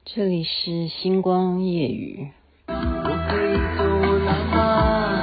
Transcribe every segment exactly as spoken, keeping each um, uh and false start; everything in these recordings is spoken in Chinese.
这里是星光夜雨。 我可以走了吗？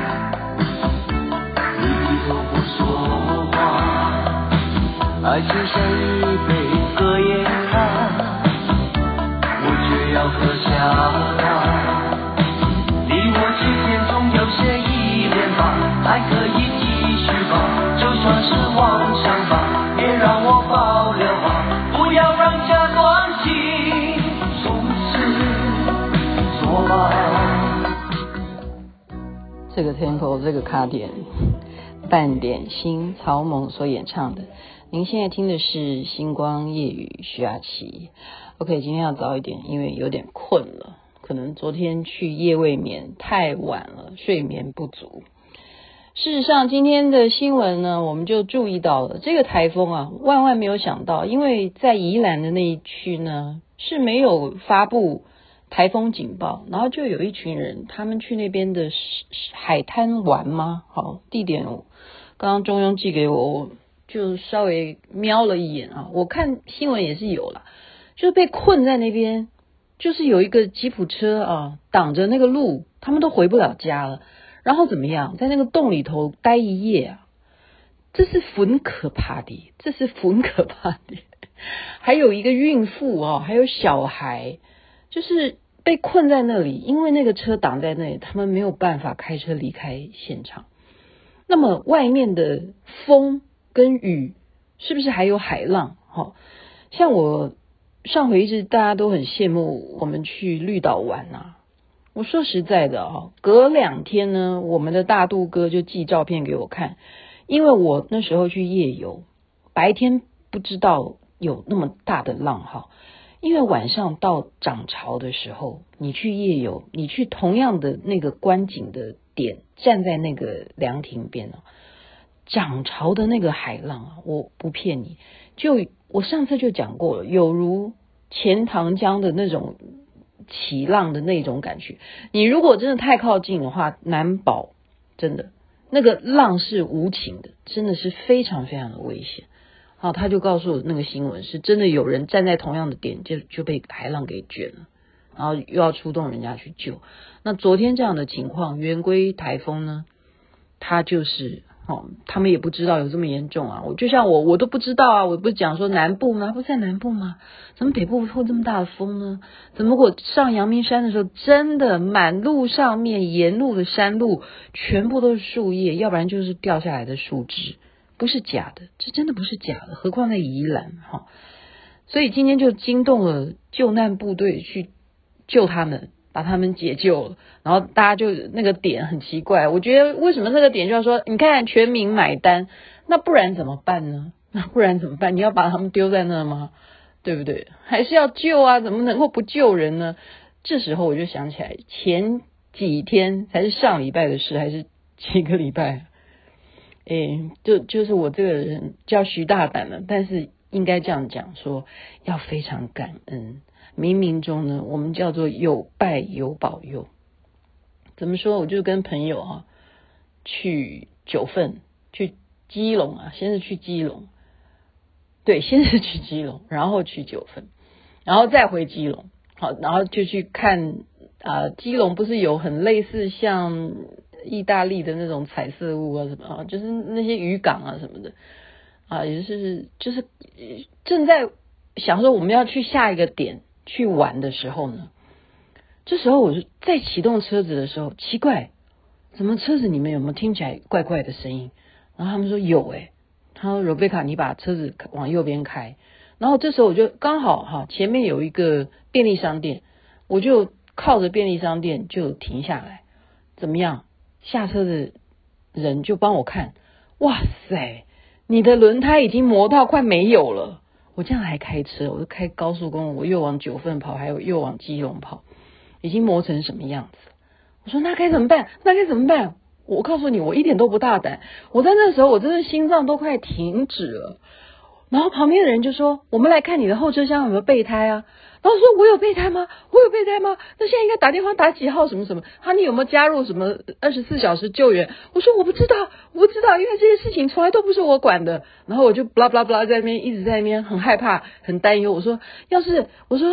你低头不说话，爱情像一杯隔夜茶，我却要喝下它。你我之间总有些依恋吧，还可以继续吧，就算是妄想吧，别让我爆了吧，不要让这段情从此作罢。 这个 tempo 这个卡点，半点心草蜢所演唱的。您现在听的是星光夜雨，徐雅琪。 OK， 今天要早一点，因为有点困了，可能昨天去夜未眠太晚了，睡眠不足。事实上今天的新闻呢，我们就注意到了这个台风啊，万万没有想到，因为在宜兰的那一区呢是没有发布台风警报，然后就有一群人他们去那边的海滩玩吗？好，地点我刚刚中庸寄给我，我就稍微瞄了一眼啊，我看新闻也是有啦，就是被困在那边，就是有一个吉普车啊挡着那个路，他们都回不了家了，然后怎么样，在那个洞里头待一夜啊，这是很可怕的，这是很可怕的。还有一个孕妇啊，还有小孩，就是被困在那里，因为那个车挡在那里，他们没有办法开车离开现场。那么外面的风跟雨是不是还有海浪？哦，像我上回一直大家都很羡慕我们去绿岛玩啊，我说实在的啊，隔两天呢，我们的大肚哥就寄照片给我看，因为我那时候去夜游，白天不知道有那么大的浪哈，因为晚上到涨潮的时候，你去夜游，你去同样的那个观景的点，站在那个凉亭边哦，涨潮的那个海浪啊，我不骗你，就我上次就讲过了，有如钱塘江的那种起浪的那种感觉。你如果真的太靠近的话，难保真的那个浪是无情的，真的是非常非常的危险。好，他就告诉我那个新闻是真的有人站在同样的点就就被海浪给卷了，然后又要出动人家去救。那昨天这样的情况，圆规台风呢，它就是哦，他们也不知道有这么严重啊。我就像我我都不知道啊，我不是讲说南部吗？不是在南部吗？怎么北部会这么大的风呢？怎么我上阳明山的时候，真的满路上面沿路的山路全部都是树叶，要不然就是掉下来的树枝，不是假的，这真的不是假的，何况在宜兰哈。所以今天就惊动了救难部队去救他们，把他们解救了。然后大家就那个点很奇怪，我觉得为什么那个点就要说你看全民买单，那不然怎么办呢？那不然怎么办？你要把他们丢在那吗？对不对？还是要救啊，怎么能够不救人呢？这时候我就想起来，前几天才是上礼拜的事，还是几个礼拜？诶，就就是我这个人叫徐大胆了，但是应该这样讲说，要非常感恩。冥冥中呢，我们叫做有拜有保佑。怎么说？我就跟朋友啊去九份，去基隆啊，先是去基隆，对，先是去基隆，然后去九份，然后再回基隆，好，然后就去看啊、呃，基隆不是有很类似像意大利的那种彩色屋啊什么啊，就是那些渔港啊什么的啊，也就是就是正在想说我们要去下一个点去玩的时候呢，这时候我就在启动车子的时候，奇怪，怎么车子里面有没有听起来怪怪的声音？然后他们说有诶、欸，他说 Rebecca 你把车子往右边开，然后这时候我就刚好哈前面有一个便利商店，我就靠着便利商店就停下来，怎么样？下车的人就帮我看，哇塞，你的轮胎已经磨到快没有了。我这样还开车，我就开高速公路，我又往九份跑，还有又往基隆跑，已经磨成什么样子？我说那该怎么办？那该怎么办？我告诉你，我一点都不大胆。我在那时候，我真的心脏都快停止了。然后旁边的人就说：“我们来看你的后车厢有没有备胎啊？”然后说：“我有备胎吗？我有备胎吗？那现在应该打电话打几号什么什么？哈，你有没有加入什么二十四小时救援？”我说：“我不知道，我不知道，因为这些事情从来都不是我管的。”然后我就 blah blah blah 在那边一直在那边很害怕、很担忧。我说：“要是我说。”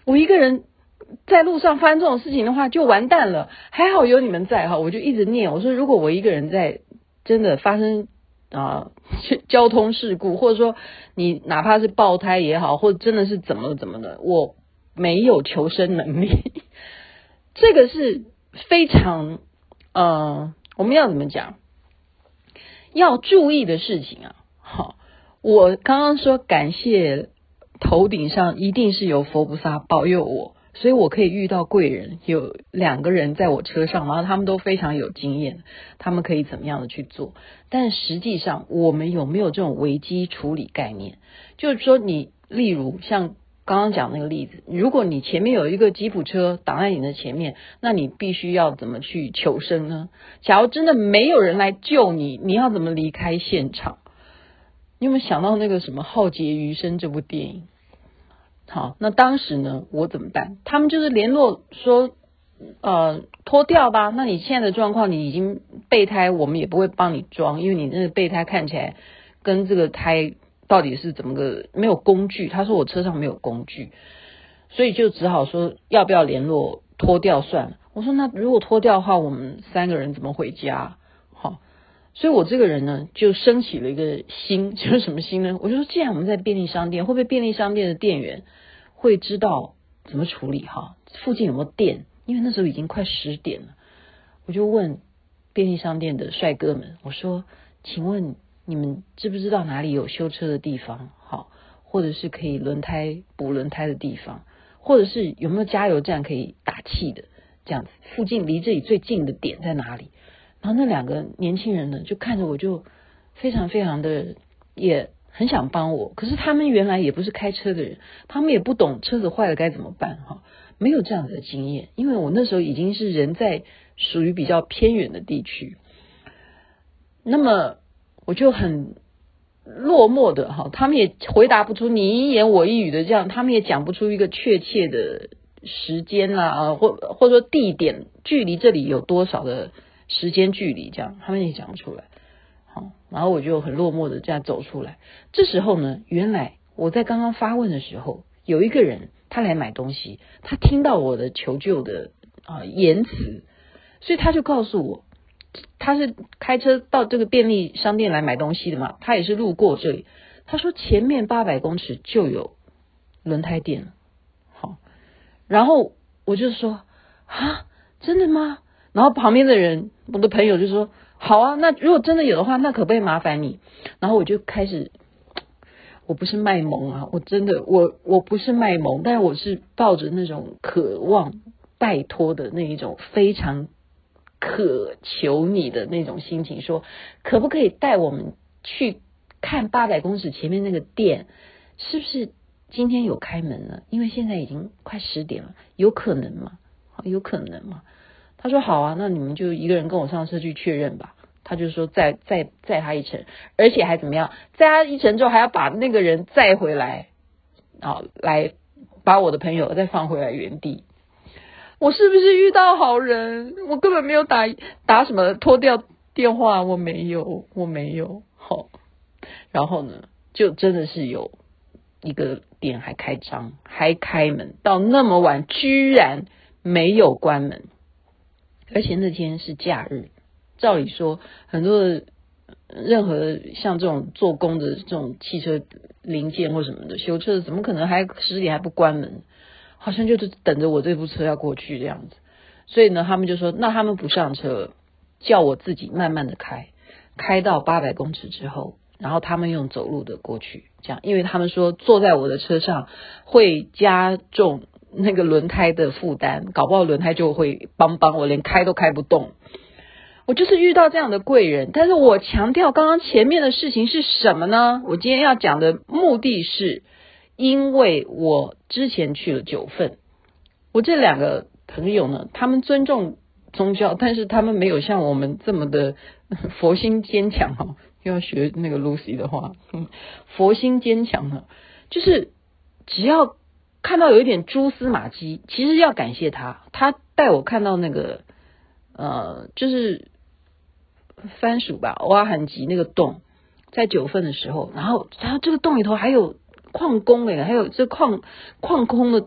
我一个人在路上发生这种事情的话就完蛋了，还好有你们在哈，我就一直念，我说如果我一个人在真的发生啊、呃、交通事故，或者说你哪怕是爆胎也好，或者真的是怎么怎么的，我没有求生能力，这个是非常呃我们要怎么讲要注意的事情啊。好，我刚刚说感谢头顶上一定是有佛菩萨保佑我，所以我可以遇到贵人，有两个人在我车上，然后他们都非常有经验，他们可以怎么样的去做。但实际上我们有没有这种危机处理概念，就是说你例如像刚刚讲那个例子，如果你前面有一个吉普车挡在你的前面，那你必须要怎么去求生呢？假如真的没有人来救你，你要怎么离开现场？你有没有想到那个什么《浩劫余生》这部电影？好，那当时呢，我怎么办？他们就是联络说，呃，脱掉吧。那你现在的状况，你已经备胎，我们也不会帮你装，因为你那个备胎看起来跟这个胎到底是怎么个没有工具。他说我车上没有工具，所以就只好说要不要联络脱掉算了。我说那如果脱掉的话，我们三个人怎么回家？好。所以我这个人呢，就升起了一个心，就是什么心呢？我就说，既然我们在便利商店，会不会便利商店的店员会知道怎么处理哈？附近有没有店？因为那时候已经快十点了，我就问便利商店的帅哥们，我说，请问你们知不知道哪里有修车的地方？好，或者是可以轮胎补轮胎的地方，或者是有没有加油站可以打气的？这样子，附近离这里最近的点在哪里？然后那两个年轻人呢，就看着我就非常非常的也很想帮我，可是他们原来也不是开车的人，他们也不懂车子坏了该怎么办哈，没有这样子的经验，因为我那时候已经是人在属于比较偏远的地区，那么我就很落寞的哈，他们也回答不出你一言我一语的这样，他们也讲不出一个确切的时间啦啊，或或者说地点距离这里有多少的时间距离，这样他们也讲不出来。好，然后我就很落寞的这样走出来。这时候呢，原来我在刚刚发问的时候，有一个人他来买东西，他听到我的求救的啊、呃、言辞，所以他就告诉我，他是开车到这个便利商店来买东西的嘛，他也是路过这里。他说前面八百公尺就有轮胎店了。好，然后我就说啊，真的吗？然后旁边的人，我的朋友就说好啊，那如果真的有的话，那可不可以麻烦你？然后我就开始，我不是卖萌啊，我真的我我不是卖萌，但是我是抱着那种渴望拜托的那一种非常渴求你的那种心情，说可不可以带我们去看八百公尺前面那个店，是不是今天有开门了？因为现在已经快十点了，有可能吗？有可能吗？他说好啊，那你们就一个人跟我上车去确认吧。他就说再再载他一程，而且还怎么样？载他一程之后还要把那个人载回来，啊，来把我的朋友再放回来原地。我是不是遇到好人？我根本没有打打什么拖掉电话，我没有，我没有。好，然后呢，就真的是有一个店还开张，还开门，到那么晚居然没有关门。而且那天是假日，照理说很多的任何像这种做工的这种汽车零件或什么的修车的，怎么可能还十点还不关门？好像就是等着我这部车要过去这样子。所以呢，他们就说那他们不上车，叫我自己慢慢的开，开到八百公尺之后，然后他们用走路的过去，这样，因为他们说坐在我的车上会加重那个轮胎的负担，搞不好轮胎就会邦邦，我连开都开不动。我就是遇到这样的贵人，但是我强调刚刚前面的事情是什么呢？我今天要讲的目的是，因为我之前去了九份，我这两个朋友呢，他们尊重宗教，但是他们没有像我们这么的佛心坚强哈，又要学那个 Lucy 的话，佛心坚强呢，就是只要看到有一点蛛丝马迹，其实要感谢他，他带我看到那个呃，就是番薯吧，挖痕吉那个洞，在九份的时候，然后然后这个洞里头还有矿工诶，还有这矿矿工的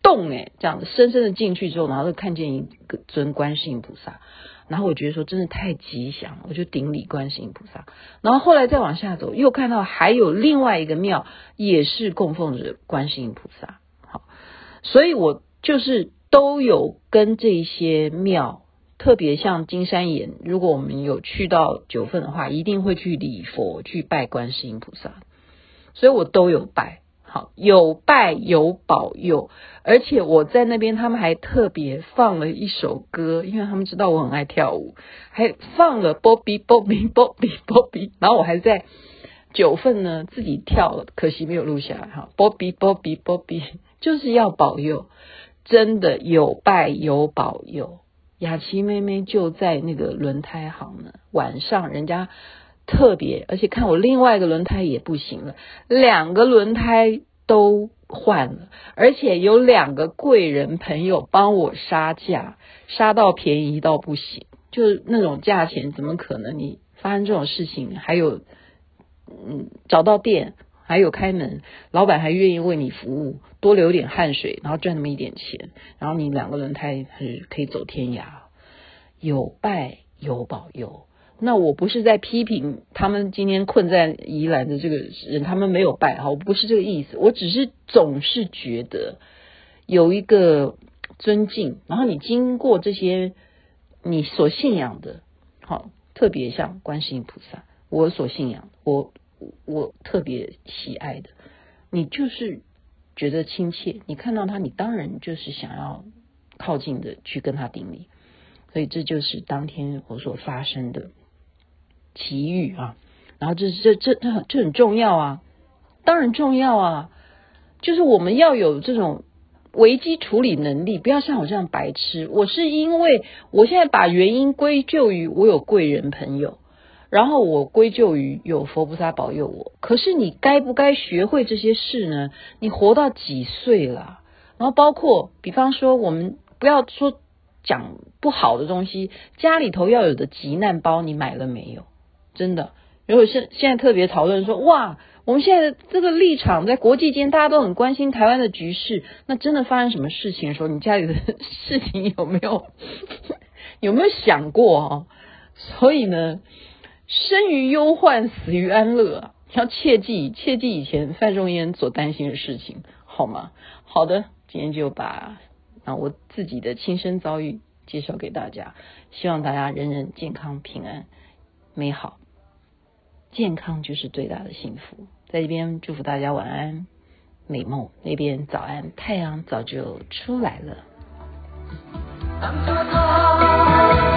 动哎，这样子深深的进去之后，然后就看见一个尊观世音菩萨，然后我觉得说真的太吉祥了，我就顶礼观世音菩萨。然后后来再往下走，又看到还有另外一个庙也是供奉着观世音菩萨。好，所以我就是都有跟这些庙，特别像金山岩，如果我们有去到九份的话，一定会去礼佛，去拜观世音菩萨，所以我都有拜。好，有拜有保佑，而且我在那边他们还特别放了一首歌，因为他们知道我很爱跳舞，还放了 Bobby Bobby Bobby Bobby， 然后我还在九份呢自己跳了，可惜没有录下来哈。Bobby Bobby Bobby 就是要保佑，真的有拜有保佑。雅琪妹妹就在那个轮胎行呢，晚上人家特别，而且看我另外一个轮胎也不行了，两个轮胎都换了，而且有两个贵人朋友帮我杀价，杀到便宜到不行，就是那种价钱怎么可能你发生这种事情，还有嗯找到店，还有开门，老板还愿意为你服务，多流点汗水，然后赚那么一点钱，然后你两个轮胎是可以走天涯，有拜有保佑。那我不是在批评他们今天困在宜兰的这个人，他们没有拜哈，我不是这个意思，我只是总是觉得有一个尊敬，然后你经过这些你所信仰的，好，特别像观世音菩萨，我所信仰，我我特别喜爱的，你就是觉得亲切，你看到他，你当然就是想要靠近的去跟他顶礼，所以这就是当天我所发生的奇遇啊，然后这这这这很这很重要啊，当然重要啊，就是我们要有这种危机处理能力，不要像我这样白痴。我是因为我现在把原因归咎于我有贵人朋友，然后我归咎于有佛菩萨保佑我。可是你该不该学会这些事呢？你活到几岁了？然后包括比方说我们不要说讲不好的东西，家里头要有的急难包你买了没有？真的，如果是现在特别讨论说，哇，我们现在的这个立场在国际间大家都很关心台湾的局势，那真的发生什么事情的时候，你家里的事情有没有有没有想过哦？所以呢，生于忧患，死于安乐，要切记切记以前范仲淹所担心的事情，好吗？好的，今天就把啊我自己的亲身遭遇介绍给大家，希望大家人人健康平安美好，健康就是最大的幸福。在这边祝福大家晚安美梦，那边早安，太阳早就出来了。 当作他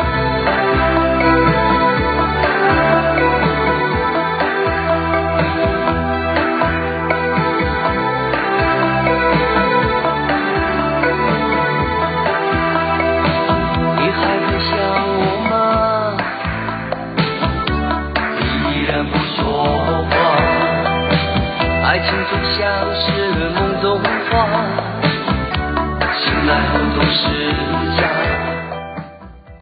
你还在想我吗？你依然不说话，爱情总像是梦中花，醒来后都是